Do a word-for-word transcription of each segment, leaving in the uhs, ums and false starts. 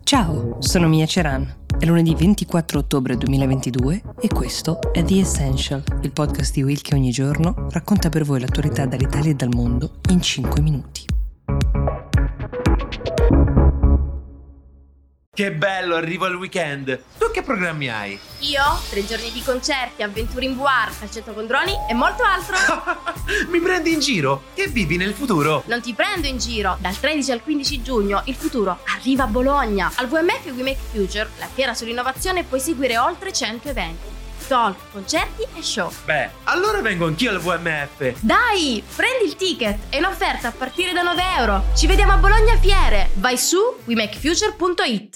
Ciao, sono Mia Ceran. È lunedì ventiquattro ottobre duemilaventidue e questo è The Essential, il podcast di Will che ogni giorno racconta per voi l'attualità dall'Italia e dal mondo in cinque minuti. Che bello, arrivo al weekend. Tu che programmi hai? Io? Tre giorni di concerti, avventure in V R, calcetto con droni e molto altro. Mi prendi in giro? Che vivi nel futuro? Non ti prendo in giro. Dal tredici al quindici giugno il futuro arriva a Bologna. Al W M F We Make Future, la fiera sull'innovazione, puoi seguire oltre cento eventi. Talk, concerti e show. Beh, allora vengo anch'io al W M F. Dai, prendi il ticket. È un'offerta a partire da nove euro. Ci vediamo a Bologna Fiere. Vai su we make future punto it.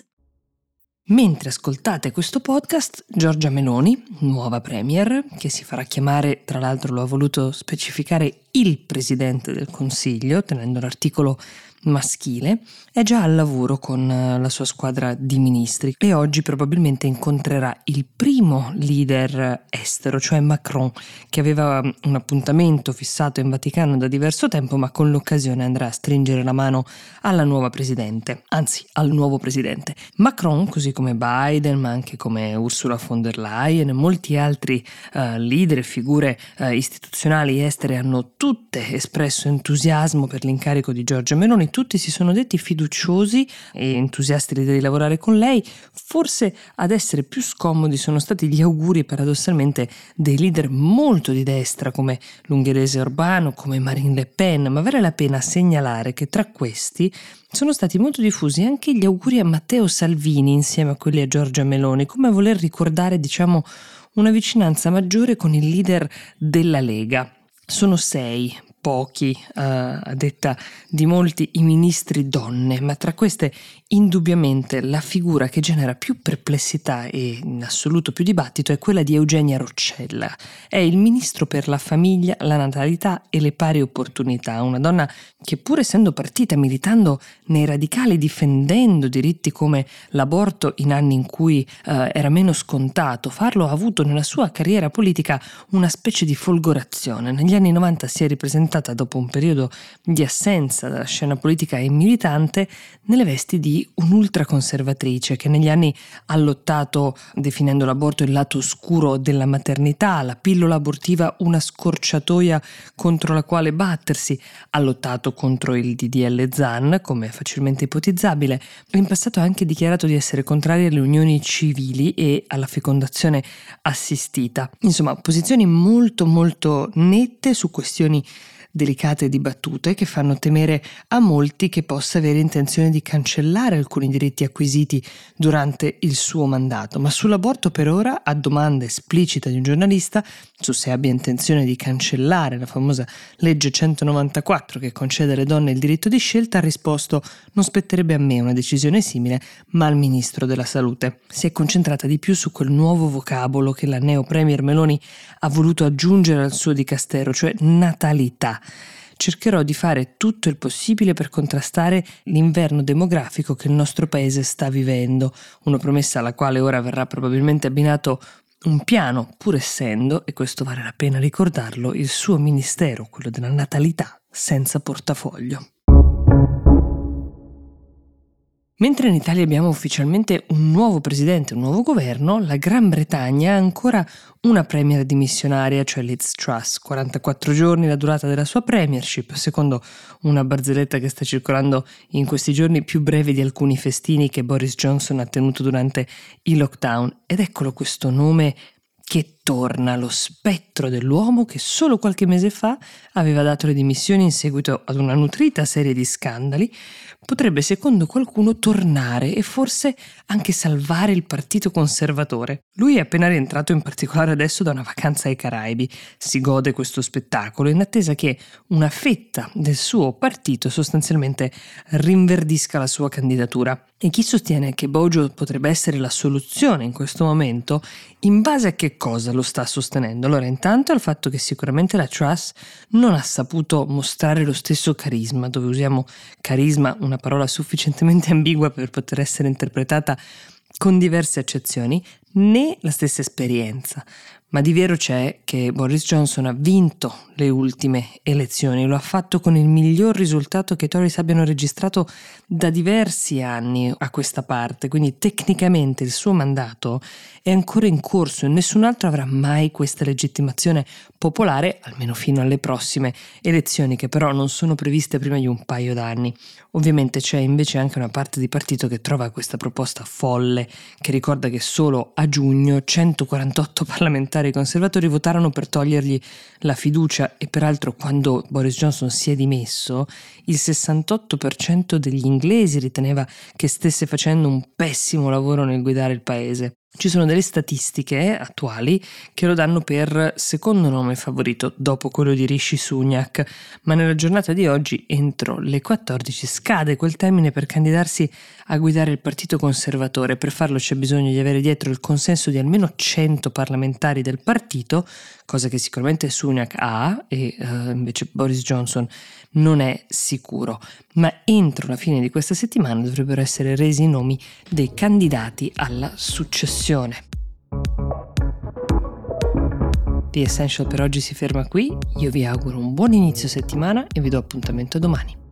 Mentre ascoltate questo podcast, Giorgia Meloni, nuova premier, che si farà chiamare, tra l'altro lo ha voluto specificare, il Presidente del Consiglio, tenendo l'articolo maschile, è già al lavoro con la sua squadra di ministri e oggi probabilmente incontrerà il primo leader estero, cioè Macron, che aveva un appuntamento fissato in Vaticano da diverso tempo, ma con l'occasione andrà a stringere la mano alla nuova presidente, anzi al nuovo presidente. Macron, così come Biden, ma anche come Ursula von der Leyen e molti altri uh, leader e figure uh, istituzionali estere hanno tutte espresso entusiasmo per l'incarico di Giorgia Meloni. Tutti si sono detti fiduciosi e entusiasti di lavorare con lei. Forse ad essere più scomodi sono stati gli auguri paradossalmente dei leader molto di destra come l'ungherese Orbán o come Marine Le Pen, ma vale la pena segnalare che tra questi sono stati molto diffusi anche gli auguri a Matteo Salvini insieme a quelli a Giorgia Meloni, come a voler ricordare, diciamo, una vicinanza maggiore con il leader della Lega. Sono sei, pochi, uh, a detta di molti, i ministri donne, ma tra queste indubbiamente la figura che genera più perplessità e in assoluto più dibattito è quella di Eugenia Roccella. È il ministro per la famiglia, la natalità e le pari opportunità, una donna che pur essendo partita militando nei radicali, difendendo diritti come l'aborto in anni in cui uh, era meno scontato farlo, ha avuto nella sua carriera politica una specie di folgorazione. Negli anni novanta si è ripresentata dopo un periodo di assenza dalla scena politica e militante nelle vesti di un'ultraconservatrice che negli anni ha lottato definendo l'aborto il lato oscuro della maternità, la pillola abortiva una scorciatoia contro la quale battersi, ha lottato contro il D D L Zan, come è facilmente ipotizzabile. In passato ha anche dichiarato di essere contraria alle unioni civili e alla fecondazione assistita. Insomma, posizioni molto molto nette su questioni delicate e dibattute che fanno temere a molti che possa avere intenzione di cancellare alcuni diritti acquisiti durante il suo mandato. Ma sull'aborto per ora, a domanda esplicita di un giornalista su se abbia intenzione di cancellare la famosa legge centonovantaquattro che concede alle donne il diritto di scelta, ha risposto: non spetterebbe a me una decisione simile, ma al ministro della salute. Si è concentrata di più su quel nuovo vocabolo che la neo premier Meloni ha voluto aggiungere al suo dicastero, cioè natalità. Cercherò di fare tutto il possibile per contrastare l'inverno demografico che il nostro paese sta vivendo, una promessa alla quale ora verrà probabilmente abbinato un piano, pur essendo, e questo vale la pena ricordarlo, il suo ministero, quello della natalità, senza portafoglio. Mentre in Italia abbiamo ufficialmente un nuovo presidente, un nuovo governo, la Gran Bretagna ha ancora una premier dimissionaria, cioè Liz Truss. quarantaquattro giorni la durata della sua premiership, secondo una barzelletta che sta circolando in questi giorni, più breve di alcuni festini che Boris Johnson ha tenuto durante il lockdown. Ed eccolo questo nome che torna, lo spettro dell'uomo che solo qualche mese fa aveva dato le dimissioni in seguito ad una nutrita serie di scandali, potrebbe secondo qualcuno tornare e forse anche salvare il partito conservatore. Lui è appena rientrato in particolare adesso da una vacanza ai Caraibi, si gode questo spettacolo in attesa che una fetta del suo partito sostanzialmente rinverdisca la sua candidatura. E chi sostiene che Bojo potrebbe essere la soluzione in questo momento, in base a che cosa lo sta sostenendo? Allora, intanto al fatto che sicuramente la Truss non ha saputo mostrare lo stesso carisma, dove usiamo carisma, una parola sufficientemente ambigua per poter essere interpretata con diverse accezioni, né la stessa esperienza. Ma di vero c'è che Boris Johnson ha vinto le ultime elezioni, lo ha fatto con il miglior risultato che i Tories abbiano registrato da diversi anni a questa parte, quindi tecnicamente il suo mandato è ancora in corso e nessun altro avrà mai questa legittimazione popolare, almeno fino alle prossime elezioni, che però non sono previste prima di un paio d'anni. Ovviamente c'è invece anche una parte di partito che trova questa proposta folle, che ricorda che solo a giugno centoquarantotto parlamentari i conservatori votarono per togliergli la fiducia e peraltro quando Boris Johnson si è dimesso il sessantotto per cento degli inglesi riteneva che stesse facendo un pessimo lavoro nel guidare il paese. Ci sono delle statistiche attuali che lo danno per secondo nome favorito dopo quello di Rishi Sunak, ma nella giornata di oggi entro le quattordici scade quel termine per candidarsi a guidare il partito conservatore. Per farlo c'è bisogno di avere dietro il consenso di almeno cento parlamentari del partito, cosa che sicuramente Sunak ha e uh, invece Boris Johnson non è sicuro. Ma entro la fine di questa settimana dovrebbero essere resi i nomi dei candidati alla successione. The Essential per oggi si ferma qui, io vi auguro un buon inizio settimana e vi do appuntamento domani.